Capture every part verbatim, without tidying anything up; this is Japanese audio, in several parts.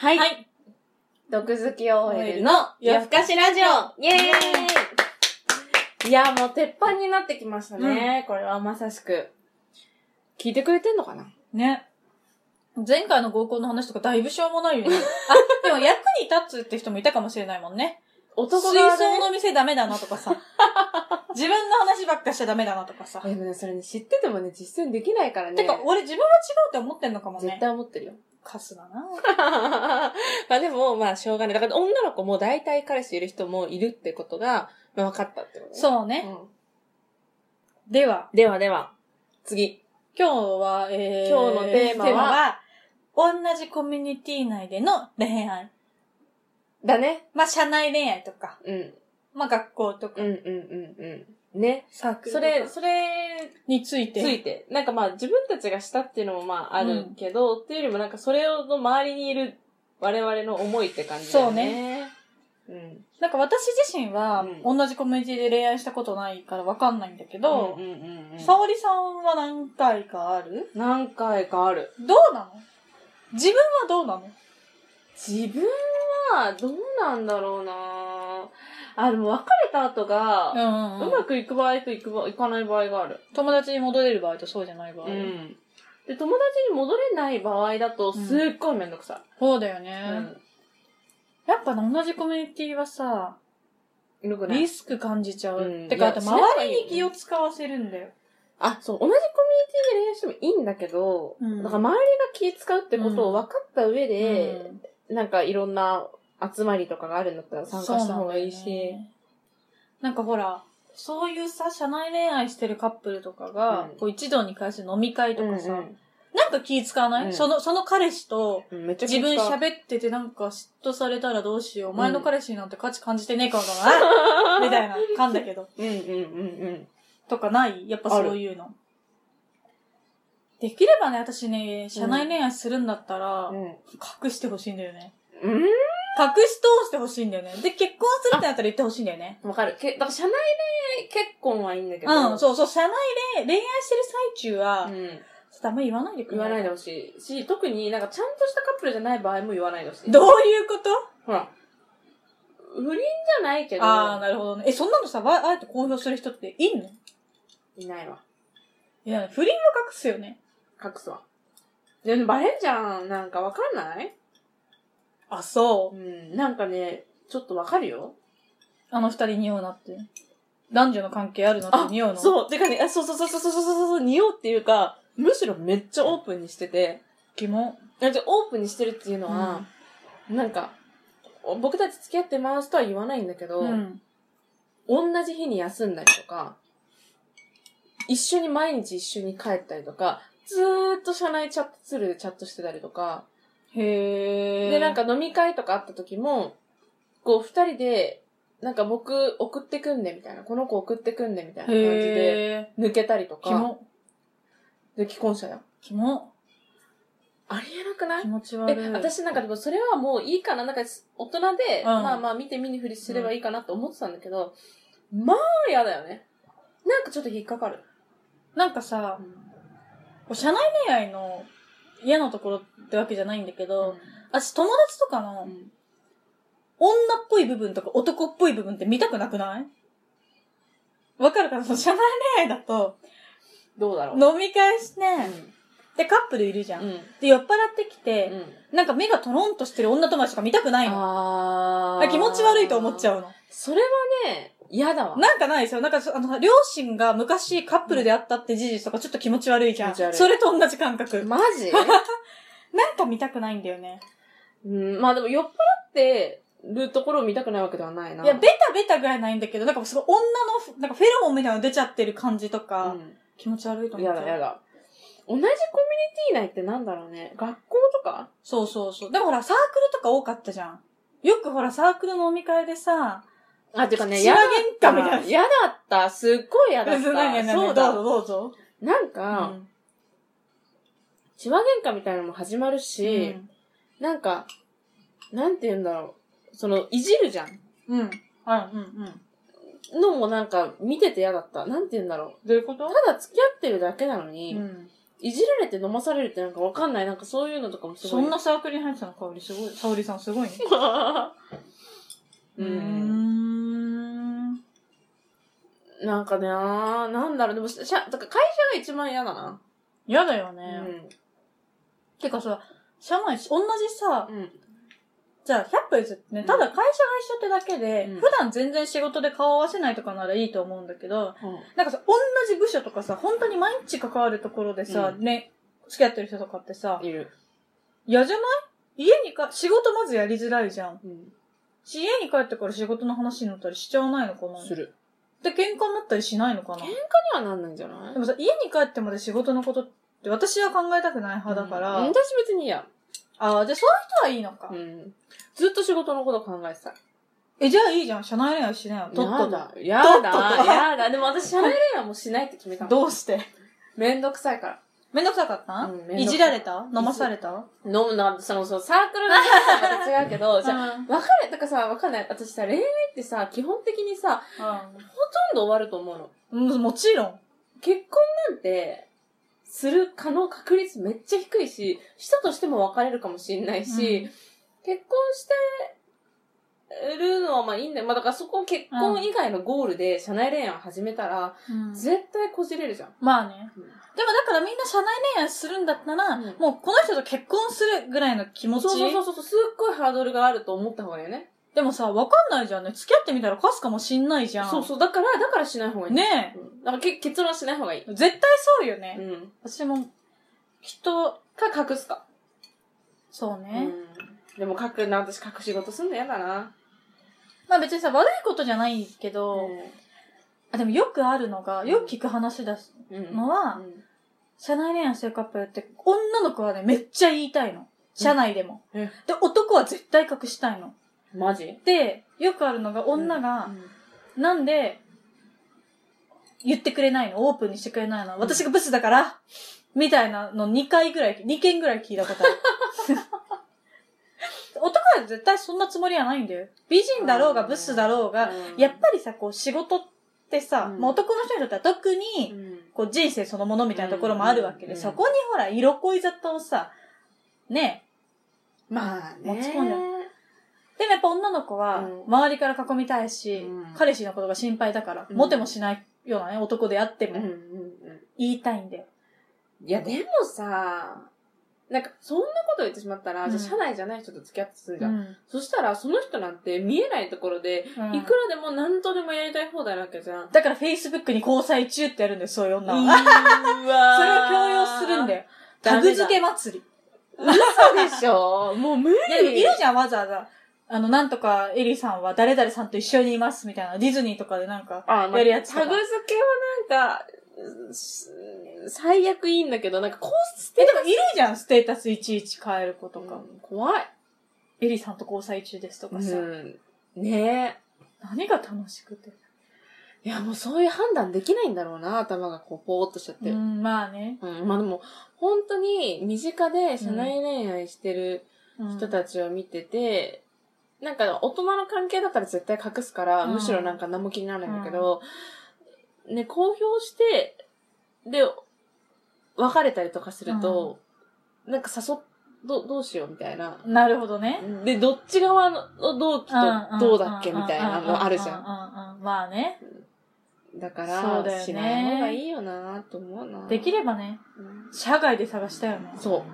はい。 はい。 毒好き オーエルの夜更かしラジオイェーイいや、もう鉄板になってきましたね。うん、これはまさしく。聞いてくれてんのかなね。前回の合コンの話とかだいぶしょうもないよね。あ、でも役に立つって人もいたかもしれないもんね。男側でね、水槽の店ダメだなとかさ。自分の話ばっかしちゃダメだなとかさ。 でもね、それね、知っててもね、実践できないからね。 てか、俺自分は違うって思ってんのかもね。 絶対思ってるよ。 カスだな。 まあでも、まあしょうがない。だから女の子も大体彼氏いる人もいるってことが、まあ分かったってことね。 そうね。うん、では。 ではでは、次。 今日は、えー、 今日のテーマは、テーマは同じコミュニティ内での恋愛。 だね。 まあ社内恋愛とか。 うん。 まあ学校とか。 うんうんうんうん。ね。 サークルとか。それ、それについて。 ついて。なんかまあ自分たちがしたっていうのもまああるけど、うん、っていうよりもなんかそれの周りにいる我々の思いって感じだよね。 そうね。うん。なんか私自身は、同じコミュニティで恋愛したことないからわかんないんだけど、うんうんうんうん、沙織さんは何回かある？ 何回かある。 どうなの？自分はどうなの？ 自分はどうなんだろうなあ、でも別れた後が、うんうんうん、うまくいく場合といくばいかない場合がある。 友達に戻れる場合とそうじゃない場合。うん。 で、友達に戻れない場合だと、すっごいめんどくさい。うん、 そうだよね。うん。やっぱ同じコミュニティはさ、リスク感じちゃう。うん、てか、あと周りに気を使わせるんだよ。 あ、そう、同じコミュニティで恋愛してもいいんだけど、うん、だから周りが気使うってことを分かった上で、うん、なんかいろんな集まりとかがあるんだったら参加した方がいいし。ね、 なんかほら、そういうさ、社内恋愛してるカップルとかが、うん、こう一堂に会して飲み会とかさ、うんうん、なんか気使わない、うん、その、その彼氏と、自分喋っててなんか嫉妬されたらどうしよう。お前の彼氏になんて価値感じてねえかもな、うん、みたいな感だけど。 うんうんうんうん。 とかないやっぱそういうの。できればね、私ね、社内恋愛するんだったら、うん、隠してほしいんだよね。 うん、 隠し通してほしいんだよね。で、結婚するってなったら言ってほしいんだよね。 わかる。け、だから社内恋愛結婚はいいんだけど。 うん、そうそう、社内恋愛、恋愛してる最中は、うん、ちょっとあんま言わないでくれ。 言わないでほしい。し、特になんかちゃんとしたカップルじゃない場合も言わないでほしい。 どういうこと？ ほら。不倫じゃないけど。 ああ、なるほどね。え、そんなのさ、あえて公表する人っていんの？ いないわ。 いや、不倫は隠すよね。 隠すわ。でもバレんじゃん。なんかわかんない？ あ、そう。 うん。なんかね、ちょっとわかるよ。 あの二人匂うなって。男女の関係あるのって匂うの？ そう。てかね、あ、そうそうそうそうそうそうそう、匂うっていうか、むしろめっちゃオープンにしてて。 キモ。 オープンにしてるっていうのは、うん、なんか、僕たち付き合ってますとは言わないんだけど、うん、同じ日に休んだりとか、一緒に毎日一緒に帰ったりとか、ずーっと社内チャットツールでチャットしてたりとか、 へー。 で、なんか飲み会とかあった時も、こう二人で、なんか僕送ってくんでみたいな、この子送ってくんでみたいな感じで、抜けたりとか。 キモ。 で、既婚者よ。 キモ。 ありえなくない？ 気持ち悪い。 え、私なんかでもそれはもういいかな。なんか大人で、うん、まあまあ見て見ぬふりすればいいかなと思ってたんだけど、うん、まあ嫌だよね。なんかちょっと引っかかる。 なんかさ、うん、社内恋愛の嫌なところってわけじゃないんだけど、うん、私友達とかの、うん、女っぽい部分とか男っぽい部分って見たくなくない？わかるかな？その社内恋愛だと、 どうだろう。 飲み会して、うんで、カップルいるじゃん。うん、で、酔っ払ってきて、うん、なんか目がトロンとしてる女友達とか見たくないの。あ気持ち悪いと思っちゃうの。 それはね、嫌だわ。 なんかないですよ。なんか、あの、両親が昔カップルであったって事実とかちょっと気持ち悪いじゃん。気持ち悪い。それと同じ感覚。 マジなんか見たくないんだよね。 うん、まあでも酔っ払ってるところを見たくないわけではないな。 いや、ベタベタぐらいないんだけど、なんかすごい女の、なんかフェロモンみたいなの出ちゃってる感じとか、うん、気持ち悪いと思っちゃう。 嫌だ嫌だ。同じコミュニティ内ってなんだろうね。学校とか？ そうそうそう。でもほら、サークルとか多かったじゃん。よくほら、サークルの飲み会でさ、 あ、てかね、 嫌だった。みたいな。 嫌だった。すっごい嫌だった。 そうだ。どうぞどうぞ。 なんか、うん、血話喧嘩みたいなのも始まるし、うん、なんか、なんて言うんだろう。その、いじるじゃん。 うん。はい、うん、うん。 のもなんか、見てて嫌だった。なんて言うんだろう。どういうこと？ ただ付き合ってるだけなのに、うん、 いじられて飲まされるってなんかわかんない。なんかそういうのとかもすごい。 そんなサークルに入ってたの香りすごい。沙織さんすごいね。 うーん。なんかねー、なんだろう、でも、しゃ、だから会社が一番嫌だな。 嫌だよね。 うん。 てかさ、社内、同じさ、 うん。 じゃあ、ひゃっぽ譲ってね、ただ会社が一緒ってだけで、うん、普段全然仕事で顔合わせないとかならいいと思うんだけど、うん、なんかさ、同じ部署とかさ、本当に毎日関わるところでさ、うん、ね、付き合ってる人とかってさ、 いる。 嫌じゃない？家にか、仕事まずやりづらいじゃん。うん、し、家に帰ってから仕事の話になったりしちゃわないのかな？ する。 で、喧嘩になったりしないのかな？ 喧嘩にはなんないんじゃない？ でもさ、家に帰ってまで仕事のことって私は考えたくない派だから。 うん、私別に嫌。 ああ、じゃあそういう人はいいのか。 うん。ずっと仕事のこと考えてた。 え、じゃあいいじゃん。社内恋愛しないよ。とっとと。 やだ。やだ。やだ。でも私社内恋愛もしないって決めたの。 どうして？ めんどくさいから。 めんどくさかった、うん、いじられた飲まされた飲むな、その、その、サークルの話はまた違うけど、じゃあ、わかる、とかさ、わかんない。私さ、恋愛ってさ、基本的にさ、うん、ほとんど終わると思うの。 うん、もちろん。 結婚なんて、する可能確率めっちゃ低いし、したとしても別れるかもしんないし、うん、結婚してるのはまあいいんだよ。まあだからそこ結婚以外のゴールで社内恋愛を始めたら、うん、絶対こじれるじゃん。 まあね。うん、でもだからみんな社内恋愛するんだったら、うん、もうこの人と結婚するぐらいの気持ち。 そうそうそうそう、すっごいハードルがあると思った方がいいよね。 でもさ、わかんないじゃんね。付き合ってみたらカスかもしんないじゃん。 そうそう、だから、だからしない方がいい。 ねえ。 うん、だからけ結論しない方がいい。 絶対そうよね。うん。私も、人、 か隠すか。 そうね。 うん。でも書くな、私書く仕事すんの嫌だな。 まあ別にさ、悪いことじゃないけど、うん、あ、でもよくあるのが、よく聞く話だのは、うんうん、社内恋愛してるカップルって、女の子はね、めっちゃ言いたいの。社内でも。うん、で、男は絶対隠したいの。 マジ？ で、よくあるのが、女が、うんうん、なんで、言ってくれないの？オープンにしてくれないの？私がブスだから、みたいなのにかいぐらい、にけんぐらい聞いたことある。男は絶対そんなつもりはないんだよ。美人だろうがブスだろうが、うん、やっぱりさ、こう仕事ってさ、うん、まあ、男の人にとっては特に、こう人生そのものみたいなところもあるわけで、うん、そこにほら、色恋沙汰をさ、ね、 まあね。 持ち込んで。でもやっぱ女の子は、周りから囲みたいし、うん、彼氏のことが心配だから、うん、モテもしないようなね、男であっても、言いたいんだよ。 いや、でもさ、なんか、そんなこと言ってしまったら、うん、じゃあ社内じゃない人と付き合ってするじゃん。うん、そしたら、その人なんて見えないところで、うん、いくらでも何とでもやりたい放題なわけじゃん。 だから Facebook に交際中ってやるんだよ、そういう女は。うわそれを強要するんだよ。タグ付け祭り。 嘘でしょもう無理。 いや、でもいるじゃん、わざわざ。あの、なんとか、エリさんは誰々さんと一緒にいます、みたいな。ディズニーとかでなんか、やるやつとか。 タグ付けはなんか、最悪いいんだけど、なんか、こうステータス。 え、でもいるじゃん、ステータスいちいち変える子とか。うん、 怖い。 エリさんと交際中ですとかさ。うん、 ねえ。 何が楽しくて。 いや、もうそういう判断できないんだろうな、頭がこう、ぽーっとしちゃって。 うん、まあね。 うん、まあでも、本当に身近で社内恋愛してる人たちを見てて、うん、なんか大人の関係だったら絶対隠すから、うん、むしろなんか何も気にならないんだけど、うん、ね、公表して、で、別れたりとかすると、うん、なんか誘っ、ど、どうしようみたいな。 なるほどね。 で、どっち側の同期とどうだっけみたいなのあるじゃん。 まあね。 だから、そうだよね、しない方がいいよなと思うな。 できればね、うん、社外で探したよね。 そう。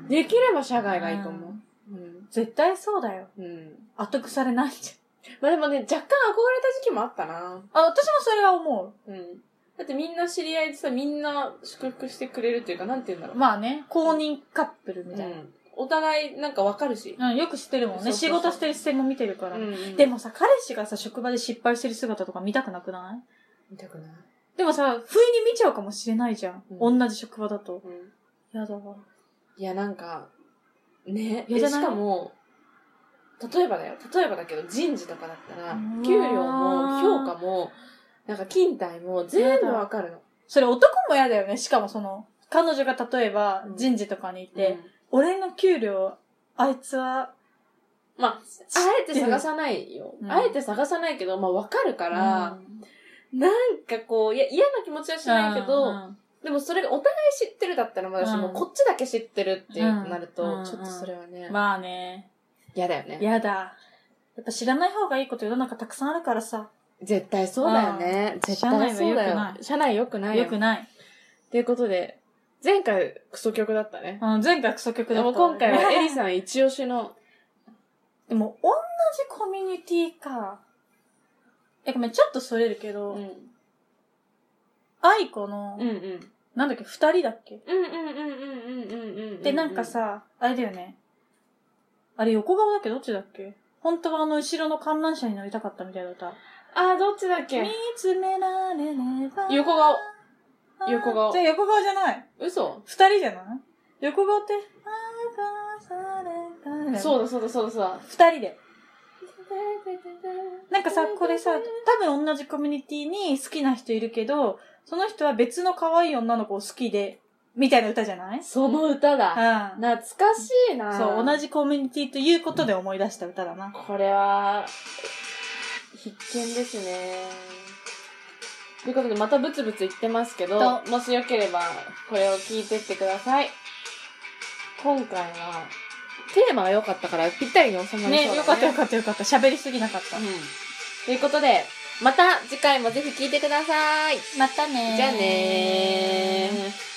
できれば社外がいいと思う。 うんうん、絶対そうだよ。うん。後腐れないじゃん。 まあでもね、若干憧れた時期もあったな。 あ、私もそれは思う。 うん。だってみんな知り合いでさ、みんな祝福してくれるっていうか、なんて言うんだろう。 まあね、公認カップルみたいな。うん、 お互いなんかわかるし。 うん、よく知ってるもんね。そうそうそう仕事してる視線も見てるから、うんうん。でもさ、彼氏がさ、職場で失敗してる姿とか見たくなくない？ 見たくない。 でもさ、不意に見ちゃうかもしれないじゃん。うん、同じ職場だと。うん、やだわ。 いや、なんか、ね。え、しかも、例えばだよ。例えばだけど、人事とかだったら、給料も評価も、なんか勤怠も全部わかるの。 それ男も嫌だよね。しかもその、彼女が例えば人事とかにいて、うん、俺の給料、あいつは、 まあ、あえて探さないよ。うん、あえて探さないけど、まあわかるから、うん、なんかこう、いや、嫌な気持ちはしないけど、うんうん、 でもそれがお互い知ってるだったらまだしも、うん、こっちだけ知ってるってなると、うん、ちょっとそれはね。 うん、まあね。 嫌だよね。 嫌だ。やっぱ知らない方がいいこと世の中たくさんあるからさ。 絶対そうだよね。絶対そうだよ。社内良くない。 良くない。 ということで、前回クソ曲だったね。 うん、前回クソ曲だった、ね。 でも今回はエリさん一押しの。 でも、同じコミュニティか。え、ごめん、ちょっとそれるけど、うん、愛子の、うんうん、なんだっけ、二人だっけうんうんうんうんうんうんうん。 で、なんかさ、あれだよね。あれ横顔だっけどっちだっけ本当はあの後ろの観覧車に乗りたかったみたいな歌。 あー、どっちだっけ見つめられれば。 横顔。横顔。 じゃあ横顔じゃない。 嘘二人じゃない横顔って。 そうだそうだそうだそうだ。 二人で。なんかさ、これさ、多分同じコミュニティに好きな人いるけど、その人は別の可愛い女の子を好きで、みたいな歌じゃない？ その歌だ。うん。懐かしいな。 そう、同じコミュニティということで思い出した歌だな。 これは、必見ですね。ということで、またブツブツ言ってますけど、もしよければ、これを聞いてってください。今回は、テーマが良かったから、ぴったりに収まりそうだね。 ね、よかったよかったよかった。喋りすぎなかった。うん。 ということで、また次回もぜひ聞いてください。 またねー。 じゃあねー。